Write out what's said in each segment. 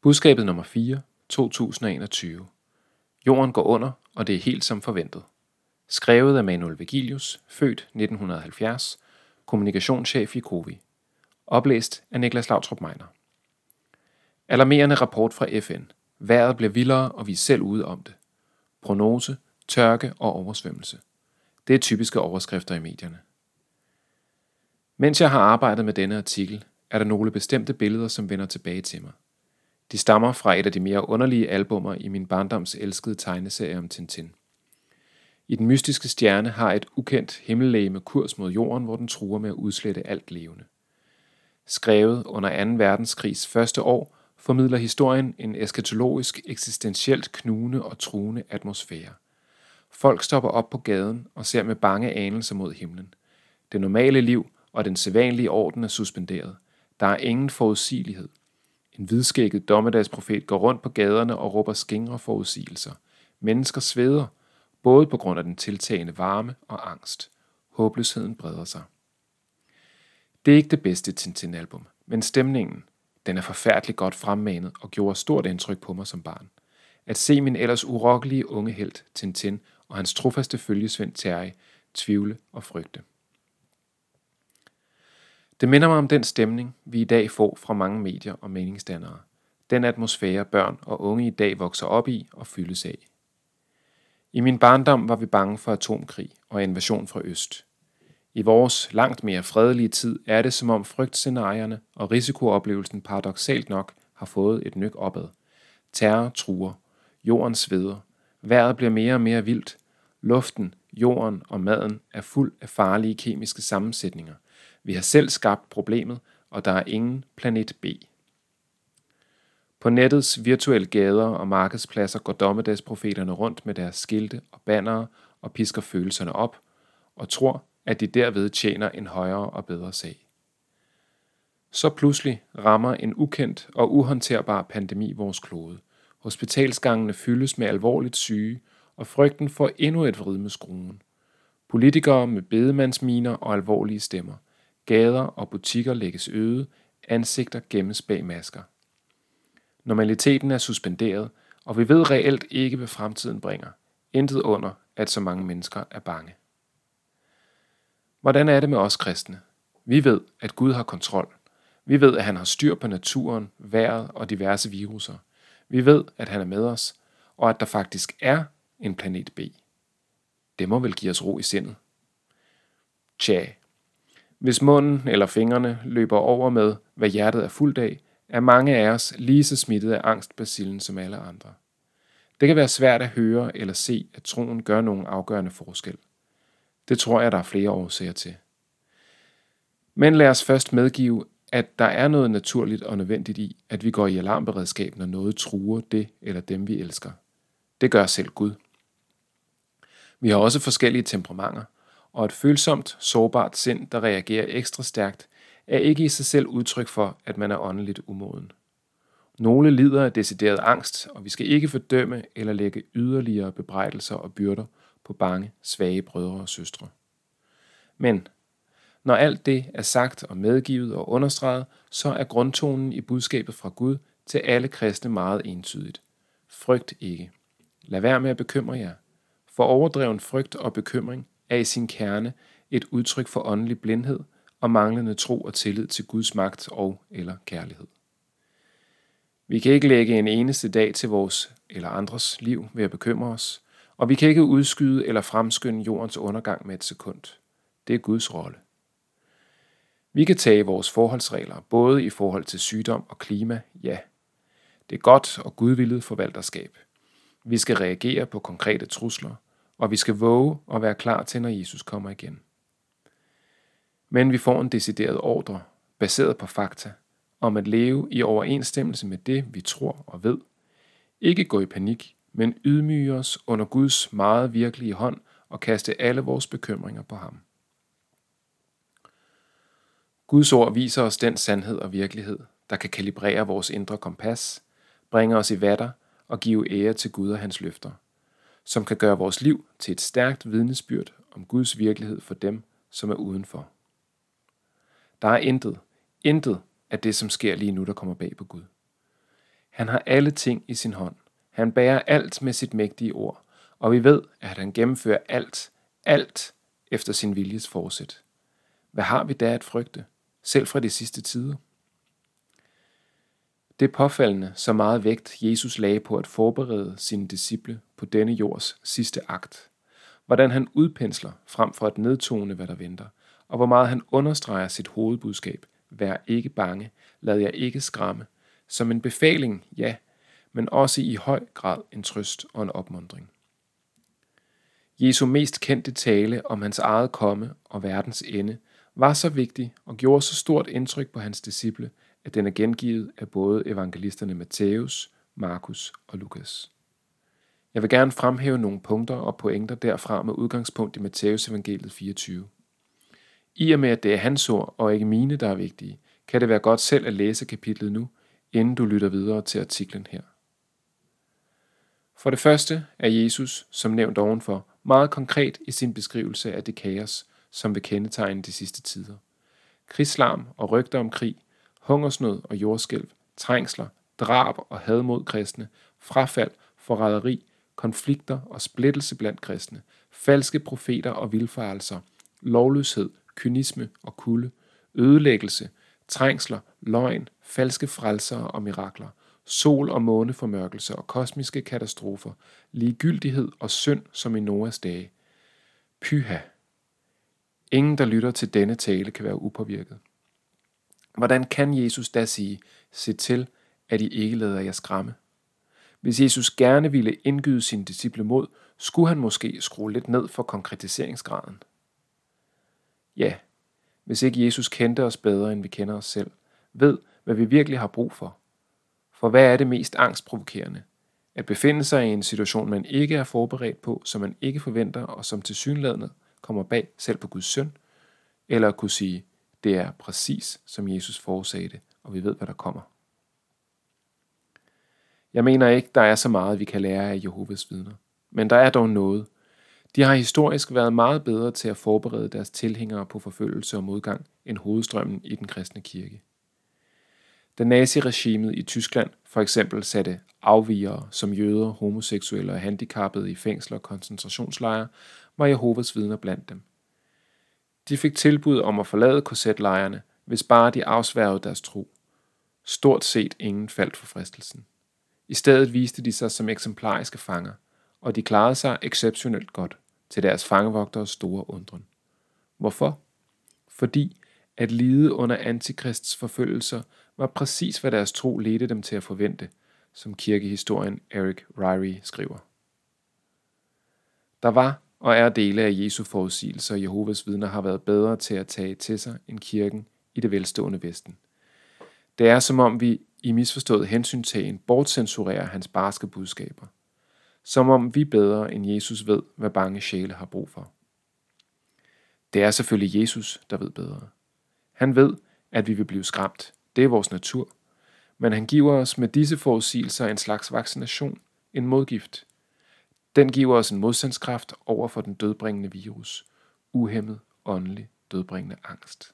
Budskabet nummer 4, 2021. Jorden går under, og det er helt som forventet. Skrevet af Manuel Vigilius, født 1970, kommunikationschef i Cowi. Oplæst af Niklas Lautrup Meiner. Alarmerende rapport fra FN. Vejret bliver vildere, og vi er selv ude om det. Prognose, tørke og oversvømmelse. Det er typiske overskrifter i medierne. Mens jeg har arbejdet med denne artikel, er der nogle bestemte billeder, som vender tilbage til mig. De stammer fra et af de mere underlige albummer i min barndoms elskede tegneserie om Tintin. I Den mystiske stjerne har et ukendt himmellegeme kurs mod jorden, hvor den truer med at udslette alt levende. Skrevet under 2. verdenskrigs første år, formidler historien en eskatologisk, eksistentielt knugende og truende atmosfære. Folk stopper op på gaden og ser med bange anelser mod himlen. Det normale liv og den sædvanlige orden er suspenderet. Der er ingen forudsigelighed. En hvidskægget dommedagsprofet går rundt på gaderne og råber skingre forudsigelser. Mennesker sveder, både på grund af den tiltagende varme og angst. Håbløsheden breder sig. Det er ikke det bedste Tintin-album, men stemningen, den er forfærdeligt godt fremmanet og gjorde stort indtryk på mig som barn. At se min ellers urokkelige unge helt Tintin og hans trofaste følgesvend Terry tvivle og frygte. Det minder mig om den stemning, vi i dag får fra mange medier og meningsdannere. Den atmosfære børn og unge i dag vokser op i og fyldes af. I min barndom var vi bange for atomkrig og invasion fra øst. I vores langt mere fredelige tid er det som om frygtscenarierne og risikooplevelsen paradoksalt nok har fået et nyk opad. Terror truer, jorden sveder, vejret bliver mere og mere vildt, luften, jorden og maden er fuld af farlige kemiske sammensætninger. Vi har selv skabt problemet, og der er ingen planet B. På nettets virtuelle gader og markedspladser går dommedagsprofeterne rundt med deres skilte og bannere og pisker følelserne op og tror, at de derved tjener en højere og bedre sag. Så pludselig rammer en ukendt og uhåndterbar pandemi vores klode. Hospitalsgangene fyldes med alvorligt syge, og frygten får endnu et vrid med skruen. Politikere med bedemandsminer og alvorlige stemmer. Gader og butikker lægges øde, ansigter gemmes bag masker. Normaliteten er suspenderet, og vi ved reelt ikke, hvad fremtiden bringer. Intet under, at så mange mennesker er bange. Hvordan er det med os kristne? Vi ved, at Gud har kontrol. Vi ved, at han har styr på naturen, vejret og diverse viruser. Vi ved, at han er med os, og at der faktisk er en planet B. Det må vel give os ro i sindet. Tja, hvis munden eller fingrene løber over med, hvad hjertet er fuldt af, er mange af os lige så smittet af angstbacillen som alle andre. Det kan være svært at høre eller se, at troen gør nogen afgørende forskel. Det tror jeg, der er flere årsager til. Men lad os først medgive, at der er noget naturligt og nødvendigt i, at vi går i alarmberedskab, når noget truer det eller dem, vi elsker. Det gør selv Gud. Vi har også forskellige temperamenter, og et følsomt, sårbart sind, der reagerer ekstra stærkt, er ikke i sig selv udtryk for, at man er åndeligt umoden. Nogle lider af decideret angst, og vi skal ikke fordømme eller lægge yderligere bebrejdelser og byrder på bange, svage brødre og søstre. Men når alt det er sagt og medgivet og understreget, så er grundtonen i budskabet fra Gud til alle kristne meget entydigt. Frygt ikke. Lad være med at bekymre jer. For overdreven frygt og bekymring er i sin kerne et udtryk for åndelig blindhed og manglende tro og tillid til Guds magt og eller kærlighed. Vi kan ikke lægge en eneste dag til vores eller andres liv ved at bekymre os, og vi kan ikke udskyde eller fremskynde jordens undergang med et sekund. Det er Guds rolle. Vi kan tage vores forholdsregler, både i forhold til sygdom og klima, ja. Det er godt og gudvilligt forvalterskab. Vi skal reagere på konkrete trusler, og vi skal våge og være klar til, når Jesus kommer igen. Men vi får en decideret ordre, baseret på fakta, om at leve i overensstemmelse med det, vi tror og ved. Ikke gå i panik, men ydmyge os under Guds meget virkelige hånd og kaste alle vores bekymringer på ham. Guds ord viser os den sandhed og virkelighed, der kan kalibrere vores indre kompas, bringe os i vatter og give ære til Gud og hans løfter, som kan gøre vores liv til et stærkt vidnesbyrd om Guds virkelighed for dem, som er udenfor. Der er intet af det, som sker lige nu, der kommer bag på Gud. Han har alle ting i sin hånd. Han bærer alt med sit mægtige ord, og vi ved, at han gennemfører alt efter sin viljes forsæt. Hvad har vi da at frygte, selv fra de sidste tider? Det er påfaldende, så meget vægt Jesus lagde på at forberede sine disciple på denne jords sidste akt. Hvordan han udpensler frem for at nedtone, hvad der venter, og hvor meget han understreger sit hovedbudskab. Vær ikke bange, lad jer ikke skræmme. Som en befaling, ja, men også i høj grad en trøst og en opmuntring. Jesu mest kendte tale om hans eget komme og verdens ende var så vigtig og gjorde så stort indtryk på hans disciple, at den er gengivet af både evangelisterne Matthæus, Markus og Lukas. Jeg vil gerne fremhæve nogle punkter og pointer derfra med udgangspunkt i Matthæus evangeliet 24. I og med, at det er hans ord og ikke mine, der er vigtige, kan det være godt selv at læse kapitlet nu, inden du lytter videre til artiklen her. For det første er Jesus, som nævnt ovenfor, meget konkret i sin beskrivelse af det kaos, som vil kendetegne de sidste tider. Krigslarm og rygter om krig, hungersnød og jordskælv, trængsler, drab og had mod kristne, frafald, forræderi, konflikter og splittelse blandt kristne, falske profeter og vildfarelser, lovløshed, kynisme og kulde, ødelæggelse, trængsler, løgn, falske frelsere og mirakler, sol- og måneformørkelser og kosmiske katastrofer, ligegyldighed og synd som i Noas dage. Pyha! Ingen, der lytter til denne tale, kan være upåvirket. Hvordan kan Jesus da sige, se til, at I ikke lader jer skræmme? Hvis Jesus gerne ville indgyde sine disciple mod, skulle han måske skrue lidt ned for konkretiseringsgraden. Ja, hvis ikke Jesus kendte os bedre, end vi kender os selv, ved, hvad vi virkelig har brug for. For hvad er det mest angstprovokerende? At befinde sig i en situation, man ikke er forberedt på, som man ikke forventer, og som tilsyneladende kommer bag selv på Guds søn, eller at kunne sige, det er præcis, som Jesus forudsagde det, og vi ved, hvad der kommer. Jeg mener ikke, der er så meget, vi kan lære af Jehovas vidner, men der er dog noget. De har historisk været meget bedre til at forberede deres tilhængere på forfølgelse og modgang end hovedstrømmen i den kristne kirke. Da naziregimet i Tyskland for eksempel satte afvigere som jøder, homoseksuelle og handicappede i fængsler og koncentrationslejre, var Jehovas vidner blandt dem. De fik tilbud om at forlade korsetlejrene, hvis bare de afsværgede deres tro. Stort set ingen faldt for fristelsen. I stedet viste de sig som eksemplariske fanger, og de klarede sig exceptionelt godt til deres fangevogteres store undren. Hvorfor? Fordi at lide under antikrists forfølgelser var præcis, hvad deres tro ledte dem til at forvente, som kirkehistorien Eric Ryrie skriver. Der var og er dele af Jesu forudsigelser, og Jehovas vidner har været bedre til at tage til sig end kirken i det velstående Vesten. Det er som om vi i misforstået hensyntagen bortcensurerer hans barske budskaber. Som om vi bedre end Jesus ved, hvad bange sjæle har brug for. Det er selvfølgelig Jesus, der ved bedre. Han ved, at vi vil blive skræmt. Det er vores natur. Men han giver os med disse forudsigelser en slags vaccination, en modgift. Den giver os en modstandskraft over for den dødbringende virus. Uhæmmet, åndelig, dødbringende angst.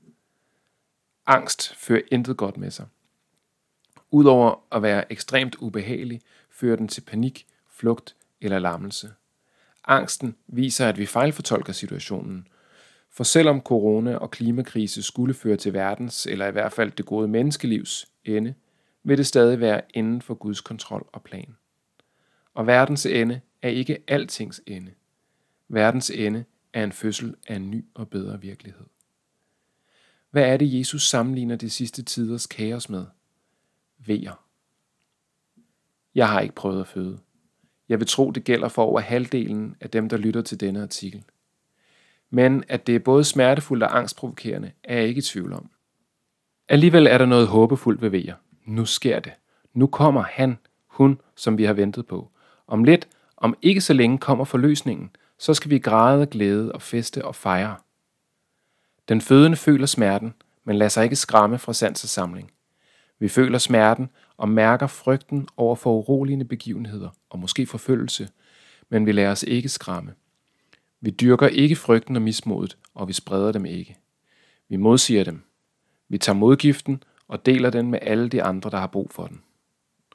Angst fører intet godt med sig. Udover at være ekstremt ubehagelig, fører den til panik, flugt eller lammelse. Angsten viser, at vi fejlfortolker situationen. For selvom corona og klimakrise skulle føre til verdens, eller i hvert fald det gode menneskelivs ende, vil det stadig være inden for Guds kontrol og plan. Og verdens ende er ikke altings ende. Verdens ende er en fødsel af en ny og bedre virkelighed. Hvad er det, Jesus sammenligner de sidste tiders kaos med? Vejer. Jeg har ikke prøvet at føde. Jeg vil tro, det gælder for over halvdelen af dem, der lytter til denne artikel. Men at det er både smertefuldt og angstprovokerende, er jeg ikke i tvivl om. Alligevel er der noget håbefuldt ved vejer. Nu sker det. Nu kommer han, hun, som vi har ventet på. Om lidt, om ikke så længe, kommer forløsningen. Så skal vi græde, glæde og feste og fejre. Den fødende føler smerten, men lader sig ikke skræmme fra sans og samling. Vi føler smerten og mærker frygten over for uroligende begivenheder og måske forfølgelse, men vi lader os ikke skræmme. Vi dyrker ikke frygten og mismodet, og vi spreder dem ikke. Vi modsiger dem. Vi tager modgiften og deler den med alle de andre, der har brug for den.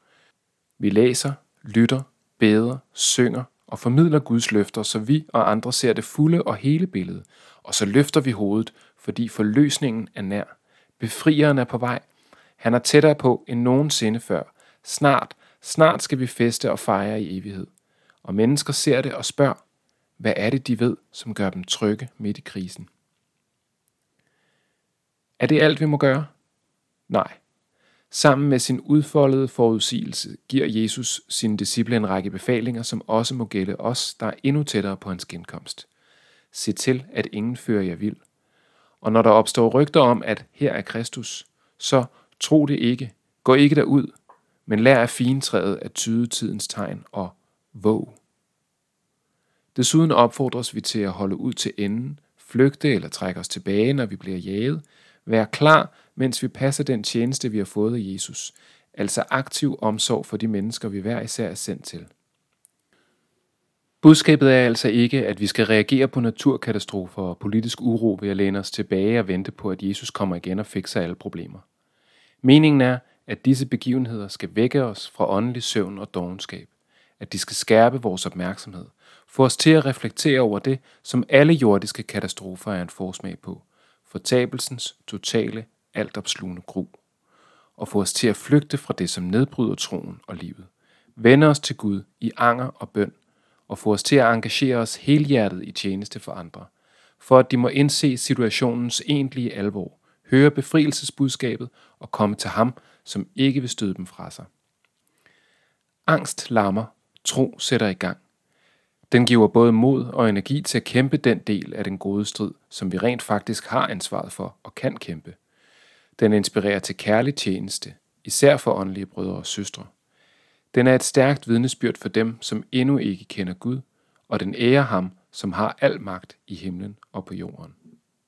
Vi læser, lytter, beder, synger og formidler Guds løfter, så vi og andre ser det fulde og hele billede, og så løfter vi hovedet, fordi forløsningen er nær. Befrieren er på vej. Han er tættere på end nogensinde før. Snart skal vi feste og fejre i evighed. Og mennesker ser det og spørger, hvad er det, de ved, som gør dem trygge midt i krisen? Er det alt, vi må gøre? Nej. Sammen med sin udfoldede forudsigelse giver Jesus sine disciple en række befalinger, som også må gælde os, der er endnu tættere på hans genkomst. Se til, at ingen fører jer vild. Og når der opstår rygter om, at her er Kristus, så tro det ikke. Gå ikke derud, men lær af figentræet at tyde tidens tegn og våg. Desuden opfordres vi til at holde ud til enden, flygte eller trække os tilbage, når vi bliver jaget. Vær klar, mens vi passer den tjeneste, vi har fået af Jesus, altså aktiv omsorg for de mennesker, vi hver især er sendt til. Budskabet er altså ikke, at vi skal reagere på naturkatastrofer og politisk uro ved at læne os tilbage og vente på, at Jesus kommer igen og fikser alle problemer. Meningen er, at disse begivenheder skal vække os fra åndelig søvn og dovenskab, at de skal skærpe vores opmærksomhed, få os til at reflektere over det, som alle jordiske katastrofer er en forsmag på, fortabelsens totale, altopslugende gru, og få os til at flygte fra det, som nedbryder troen og livet, vende os til Gud i anger og bøn, og få os til at engagere os helhjertet i tjeneste for andre, for at de må indse situationens egentlige alvor, høre befrielsesbudskabet og komme til ham, som ikke vil støde dem fra sig. Angst lammer, tro sætter i gang. Den giver både mod og energi til at kæmpe den del af den gode strid, som vi rent faktisk har ansvaret for og kan kæmpe. Den inspirerer til kærlig tjeneste, især for åndelige brødre og søstre. Den er et stærkt vidnesbyrd for dem, som endnu ikke kender Gud, og den ærer ham, som har al magt i himlen og på jorden.